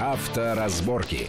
Авторазборки.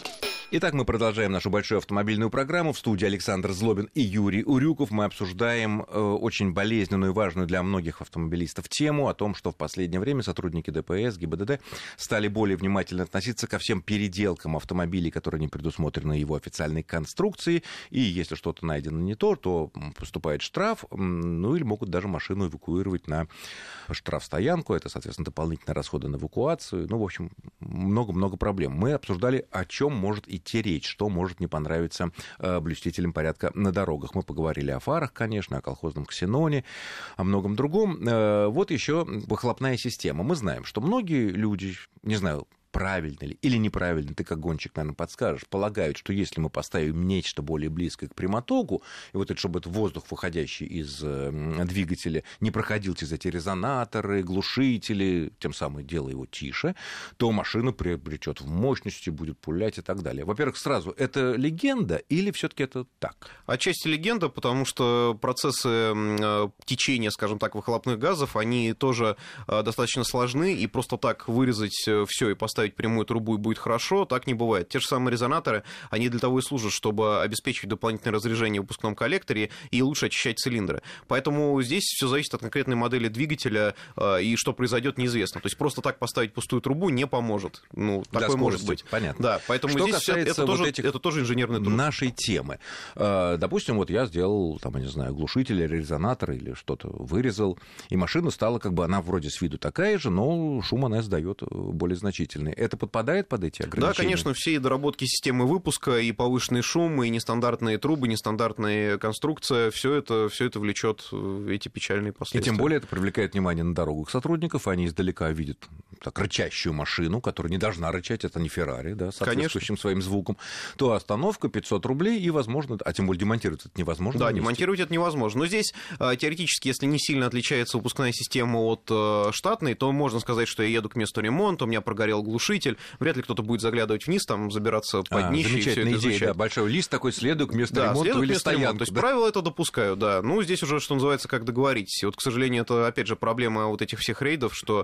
Итак, мы продолжаем нашу большую автомобильную программу. В студии Александр Злобин и Юрий Урюков. Мы обсуждаем очень болезненную и важную для многих автомобилистов тему о том, что в последнее время сотрудники ДПС, ГИБДД стали более внимательно относиться ко всем переделкам автомобилей, которые не предусмотрены его официальной конструкцией. И если что-то найдено не то поступает штраф, ну или могут даже машину эвакуировать на штрафстоянку. Это, соответственно, дополнительные расходы на эвакуацию. Ну, в общем, много-много проблем. Мы обсуждали, о чем может идти речь, что может не понравиться блюстителям порядка на дорогах. Мы поговорили о фарах, конечно, о колхозном ксеноне, о многом другом. Вот еще выхлопная система. Мы знаем, что многие люди, не знаю, правильно ли или неправильно, ты как гонщик, наверное, подскажешь, полагают, что если мы поставим нечто более близкое к прямотоку, и вот это, чтобы этот воздух, выходящий из двигателя, не проходил через эти резонаторы, глушители, тем самым делая его тише, то машина приобретет в мощности, будет пулять и так далее. Во-первых, сразу, это легенда или все-таки это так? Отчасти легенда, потому что процессы течения, скажем так, выхлопных газов, они тоже достаточно сложны, и просто так вырезать все и поставить прямую трубу и будет хорошо, так не бывает. Те же самые резонаторы, они для того и служат, чтобы обеспечивать дополнительное разряжение в выпускном коллекторе и лучше очищать цилиндры. Поэтому здесь все зависит от конкретной модели двигателя, и что произойдет, неизвестно. То есть просто так поставить пустую трубу не поможет. Ну, такое может быть. Понятно. Да, поэтому что здесь это тоже инженерный труд. Нашей темы. Допустим, вот я сделал, там, я не знаю, глушитель или резонатор или что-то вырезал, и машина стала, как бы, она вроде с виду такая же, но шум она издает более значительный. Это подпадает под эти ограничения? Да, конечно, все доработки системы выпуска, и повышенный шум, и нестандартные трубы, нестандартная конструкция, все это влечет эти печальные последствия. И тем более это привлекает внимание на дорогах сотрудников, они издалека видят так рычащую машину, которая не должна рычать, это не Феррари, да, с соответствующим своим звуком, то остановка 500 рублей, и, возможно, а тем более демонтировать это невозможно. Да, демонтировать это невозможно. Но здесь теоретически, если не сильно отличается выпускная система от штатной, то можно сказать, что я еду к месту ремонта, у меня прогорел глушитель, вряд ли кто-то будет заглядывать вниз, там, забираться под днище и все это изучать. Да, большой лист такой, следую к месту ремонта или стоянку. То есть правила это допускают, да. Ну, здесь уже, что называется, как договоритесь. Вот, к сожалению, это, опять же, проблема вот этих всех рейдов, что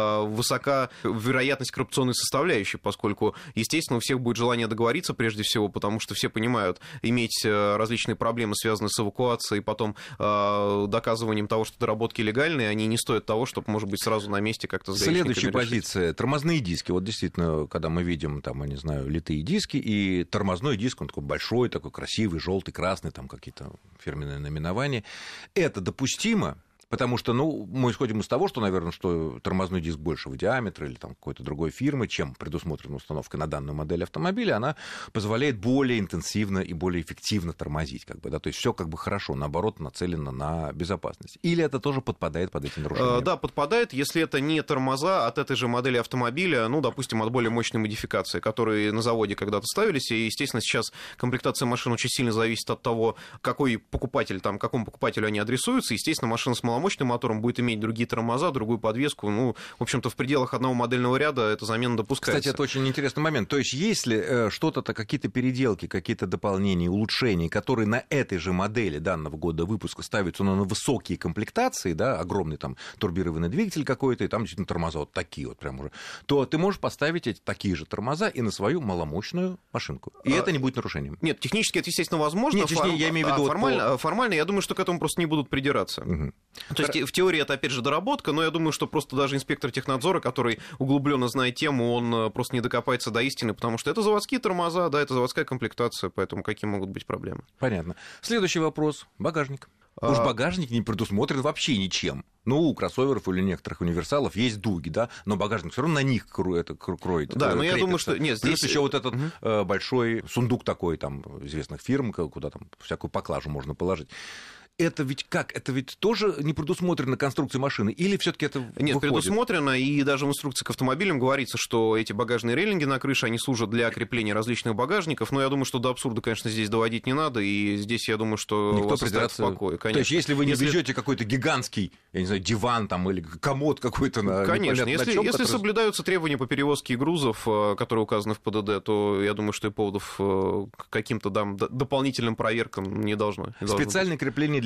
высока вероятность коррупционной составляющей, поскольку, естественно, у всех будет желание договориться прежде всего, потому что все понимают, иметь различные проблемы, связанные с эвакуацией, потом доказыванием того, что доработки легальные, они не стоят того, чтобы, может быть, сразу на месте как-то с гаишниками Следующая позиция. Тормозные диски. Вот действительно, когда мы видим, там, я не знаю, литые диски, и тормозной диск, он такой большой, такой красивый, желтый, красный, там какие-то фирменные наименования. Это допустимо? Потому что, ну, мы исходим из того, что, наверное, что тормозной диск большего диаметра или там какой-то другой фирмы, чем предусмотрена установка на данную модель автомобиля, она позволяет более интенсивно и более эффективно тормозить, как бы, да, то есть все как бы хорошо, наоборот, нацелено на безопасность. Или это тоже подпадает под эти нарушения? Да, подпадает, если это не тормоза от этой же модели автомобиля, ну, допустим, от более мощной модификации, которые на заводе когда-то ставились, и, естественно, сейчас комплектация машин очень сильно зависит от того, какой покупатель, там, какому покупателю они адресуются, естественно, машина с маломощным мотором будет иметь другие тормоза, другую подвеску. Ну, в общем-то, в пределах одного модельного ряда эта замена допускается. Кстати, это очень интересный момент. То есть, если что-то, какие-то переделки, какие-то дополнения, улучшения, которые на этой же модели данного года выпуска ставятся, но на высокие комплектации, да, огромный там турбированный двигатель какой-то, и там действительно тормоза вот такие вот прям уже, то ты можешь поставить эти такие же тормоза и на свою маломощную машинку. И это не будет нарушением. Нет, технически это, естественно, возможно. Нет, я имею в виду формально, я думаю, что к этому просто не будут придираться. Угу. То есть в теории это, опять же, доработка, но я думаю, что просто даже инспектор технадзора, который углубленно знает тему, он просто не докопается до истины, потому что это заводские тормоза, да, это заводская комплектация, поэтому какие могут быть проблемы. Понятно. Следующий вопрос. Багажник. Уж багажник не предусмотрен вообще ничем. Ну, у кроссоверов или некоторых универсалов есть дуги, да, но багажник все равно на них это кроет. Да, но я думаю, что... Нет, здесь... Плюс еще вот этот большой сундук такой, там, известных фирм, куда там всякую поклажу можно положить. Это ведь как? Это ведь тоже не предусмотрено конструкцией машины? Или все-таки это Нет, выходит? Предусмотрено, и даже в инструкции к автомобилям говорится, что эти багажные рейлинги на крыше, они служат для крепления различных багажников, но я думаю, что до абсурда, конечно, здесь доводить не надо, и здесь, я думаю, что никто вас оставит в покое. То есть, если вы не везете какой-то гигантский, я не знаю, диван там, или комод какой-то на... Конечно, если соблюдаются требования по перевозке грузов, которые указаны в ПДД, то я думаю, что и поводов к каким-то дополнительным проверкам не должно. Специальное крепление для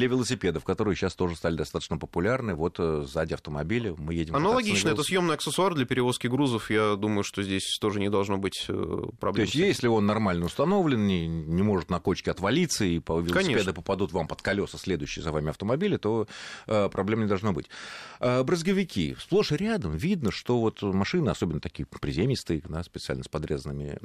для велосипедов, которые сейчас тоже стали достаточно популярны. Вот сзади автомобиля мы едем. Аналогично, это съемный аксессуар для перевозки грузов. Я думаю, что здесь тоже не должно быть проблем. То есть, если он нормально установлен, не может на кочке отвалиться, и велосипеды Конечно. попадут вам под колеса следующие за вами автомобиля, то проблем не должно быть. Брызговики. Сплошь и рядом видно, что вот машины, особенно такие приземистые, да, специально с подрезанными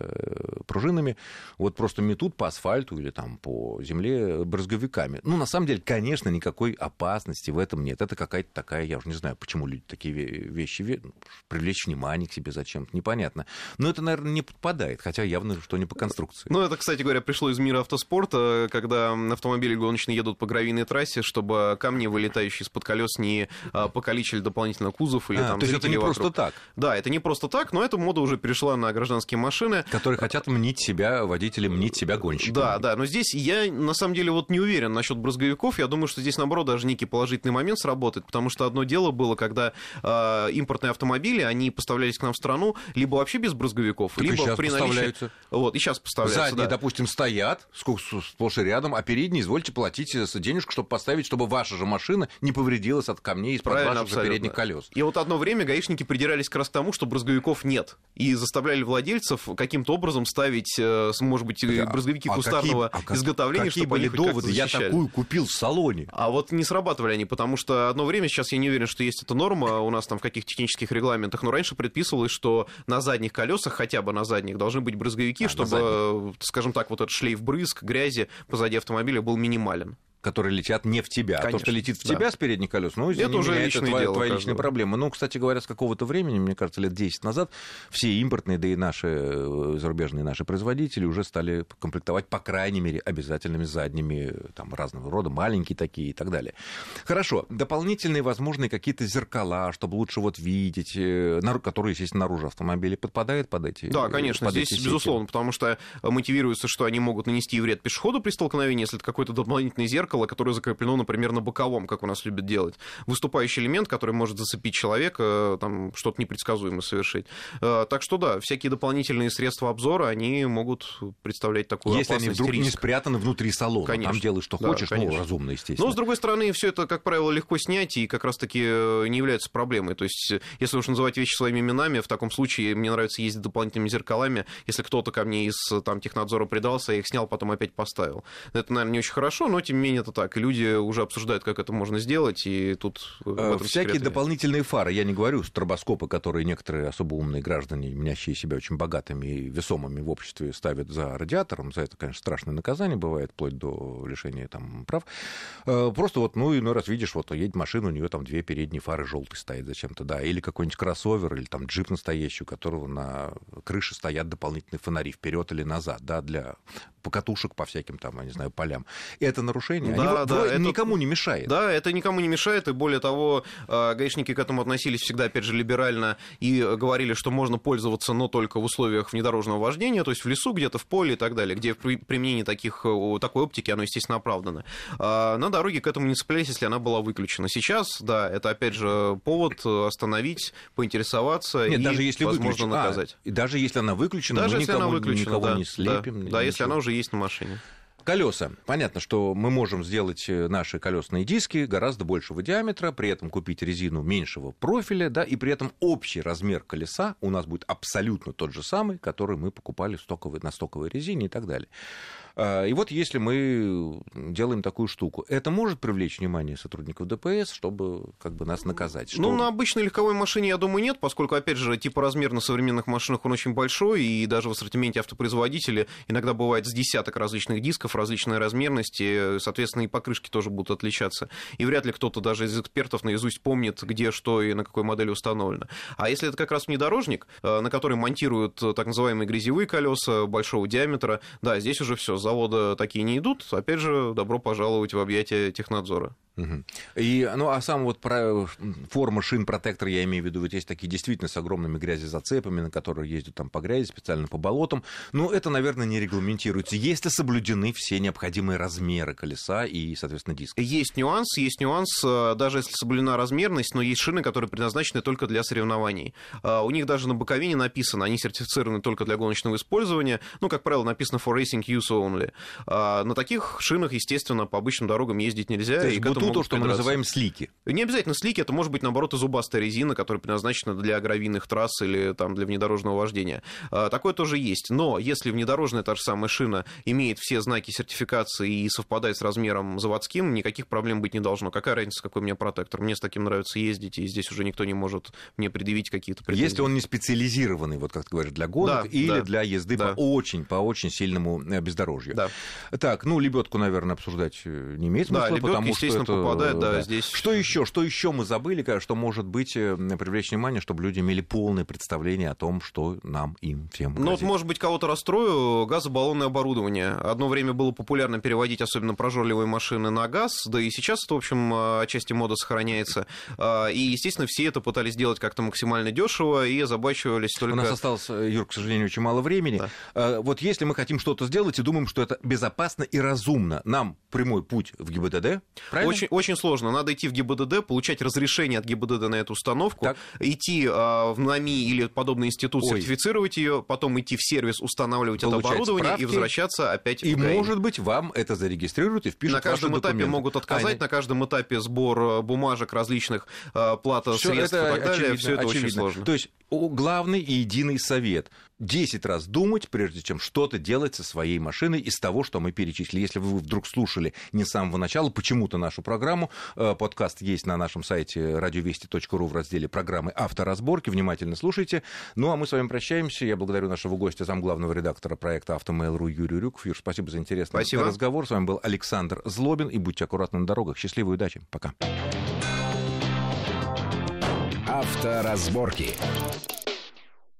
пружинами, вот просто метут по асфальту или там по земле брызговиками. Ну, на самом деле, конечно, никакой опасности в этом нет. Это какая-то такая, я уже не знаю, почему люди такие вещи, привлечь внимание к себе зачем-то, непонятно. Но это, наверное, не подпадает, хотя явно, что не по конструкции. Ну, это, кстати говоря, пришло из мира автоспорта, когда автомобили гоночные едут по гравийной трассе, чтобы камни, вылетающие из-под колес, не покалечили дополнительно кузов или там то есть это не вокруг. просто так? Да, это не просто так, но эта мода уже перешла на гражданские машины. Которые хотят мнить себя, водители мнить себя гонщиками. Да, но здесь я, на самом деле, вот не уверен насчет брызговиков. Я думаю, что здесь, наоборот, даже некий положительный момент сработает, потому что одно дело было, когда импортные автомобили, они поставлялись к нам в страну либо вообще без брызговиков, так либо и при наличии... Вот, и сейчас поставляются, задние, да. допустим, стоят сплошь и рядом, а передние, извольте платить денежку, чтобы поставить, чтобы ваша же машина не повредилась от камней из-под ваших же передних колес. И вот одно время гаишники придирались как раз к тому, что брызговиков нет, и заставляли владельцев каким-то образом ставить, может быть, брызговики кустарного изготовления, какие чтобы были они хоть доводы? Я такую купил в салоне. А вот не срабатывали они, потому что одно время, сейчас я не уверен, что есть эта норма у нас там в каких технических регламентах, но раньше предписывалось, что на задних колесах, хотя бы на задних, должны быть брызговики, чтобы, скажем так, вот этот шлейф брызг, грязи позади автомобиля был минимален. Которые летят не в тебя. Конечно, а то, что летит в тебя с передних колес, ну, извини, это уже это твоя личная проблема. Ну, кстати говоря, с какого-то времени, мне кажется, лет 10 назад, все импортные, да и наши зарубежные наши производители уже стали комплектовать, по крайней мере, обязательными задними, там, разного рода, маленькие такие и так далее. Хорошо. Дополнительные возможные какие-то зеркала, чтобы лучше вот видеть, которые, естественно, наружу автомобиля подпадают под эти... Да, конечно, здесь, безусловно, потому что мотивируется, что они могут нанести вред пешеходу при столкновении, если это какой-то дополнительный зеркало, которое закреплено, например, на боковом, как у нас любят делать. Выступающий элемент, который может зацепить человека, там что-то непредсказуемое совершить. Так что да, всякие дополнительные средства обзора, они могут представлять такую если опасность. Если они вдруг не спрятаны внутри салона, конечно. Там делай, что хочешь, ну, разумно, естественно. Но, с другой стороны, все это, как правило, легко снять и как раз-таки не является проблемой. То есть, если уж называть вещи своими именами, в таком случае мне нравится ездить дополнительными зеркалами. Если кто-то ко мне из там, технадзора придался, я их снял, потом опять поставил. Это, наверное, не очень хорошо, но, тем не менее, это так. И люди уже обсуждают, как это можно сделать, и тут... Всякие дополнительные фары. Я не говорю стробоскопы, которые некоторые особо умные граждане, мнящие себя очень богатыми и весомыми в обществе, ставят за радиатором. За это, конечно, страшное наказание бывает, вплоть до лишения там, прав. Просто вот, ну, иной раз видишь, вот едет машина, у нее там две передние фары желтые стоят зачем-то, да, или какой-нибудь кроссовер, или там джип настоящий, у которого на крыше стоят дополнительные фонари вперед или назад, да, для покатушек по всяким там, я не знаю, полям. Это нарушение. Да, это никому не мешает. Да, это никому не мешает, и более того, гаишники к этому относились всегда, опять же, либерально, и говорили, что можно пользоваться, но только в условиях внедорожного вождения, то есть в лесу, где-то в поле и так далее, где применение такой оптики, оно, естественно, оправдано. На дороге к этому не цеплялись, если она была выключена. Сейчас, да, это, опять же, повод остановить, поинтересоваться. Нет, и, даже если возможно, наказать. И даже если она выключена, даже мы если никого не слепим. Да, если она уже есть на машине. Колеса. Понятно, что мы можем сделать наши колесные диски гораздо большего диаметра, при этом купить резину меньшего профиля, да, и при этом общий размер колеса у нас будет абсолютно тот же самый, который мы покупали на стоковой резине и так далее. И вот если мы делаем такую штуку, это может привлечь внимание сотрудников ДПС, чтобы как бы нас наказать? Ну, на обычной легковой машине, я думаю, нет, поскольку, опять же, типоразмер на современных машинах, он очень большой, и даже в ассортименте автопроизводителя иногда бывает с десяток различных дисков, различной размерности, соответственно, и покрышки тоже будут отличаться. И вряд ли кто-то даже из экспертов наизусть помнит, где что и на какой модели установлено. А если это как раз внедорожник, на который монтируют так называемые грязевые колеса большого диаметра, да, здесь уже все, с завода такие не идут. Опять же, добро пожаловать в объятия технадзора. И, сам вот форма шин-протектор, я имею в виду, вот есть такие действительно с огромными грязезацепами, на которые ездят там по грязи, специально по болотам. Это, наверное, не регламентируется. Если соблюдены все необходимые размеры колеса и, соответственно, диска. Есть нюанс, даже если соблюдена размерность, но есть шины, которые предназначены только для соревнований. У них даже на боковине написано, они сертифицированы только для гоночного использования. Как правило, написано for racing use only. На таких шинах, естественно, по обычным дорогам ездить нельзя. То есть то, что мы называем слики. Не обязательно слики, это может быть, наоборот, и зубастая резина, которая предназначена для гравийных трасс или для внедорожного вождения. Такое тоже есть. Но если внедорожная та же самая шина имеет все знаки сертификации и совпадает с размером заводским, никаких проблем быть не должно. Какая разница, какой у меня протектор? Мне с таким нравится ездить, и здесь уже никто не может мне предъявить какие-то претензии. Если он не специализированный, как ты говоришь, для гонок или для езды по очень сильному бездорожью. Да. Так, лебедку, наверное, обсуждать не имеет смысла, лебедка, потому естественно, что это... попадает, здесь... Что еще мы забыли, что может быть привлечь внимание, чтобы люди имели полное представление о том, что нам, им, всем грозит? Может быть, кого-то расстрою, газобаллонное оборудование. Одно время было популярно переводить особенно прожорливые машины на газ, да и сейчас это, в общем, отчасти мода сохраняется. И, естественно, все это пытались сделать как-то максимально дешево и озабачивались только... У нас осталось, Юр, к сожалению, очень мало времени. Да. Вот если мы хотим что-то сделать и думаем, что это безопасно и разумно, нам прямой путь в ГИБДД, правильно? Очень сложно. Надо идти в ГИБДД, получать разрешение от ГИБДД на эту установку, идти в НАМИ или подобный институт, сертифицировать ее, потом идти в сервис, устанавливать это оборудование справки, и возвращаться опять в ГАИ. И, может быть, вам это зарегистрируют и впишут на каждом ваши этапе документы. Могут отказать, на каждом этапе сбор бумажек различных, плата средств и так далее. Все это очень сложно. То есть главный и единый совет: 10 раз думать, прежде чем что-то делать со своей машиной из того, что мы перечислили. Если вы вдруг слушали не с самого начала почему-то нашу программу, подкаст есть на нашем сайте radiovesti.ru в разделе программы «Авторазборки». Внимательно слушайте. А мы с вами прощаемся. Я благодарю нашего гостя, замглавного редактора проекта «Автомейл.ру» Юрий Урюков. Юр, спасибо за интересный разговор. С вами был Александр Злобин. И будьте аккуратны на дорогах. Счастливой удачи. Пока. Авторазборки.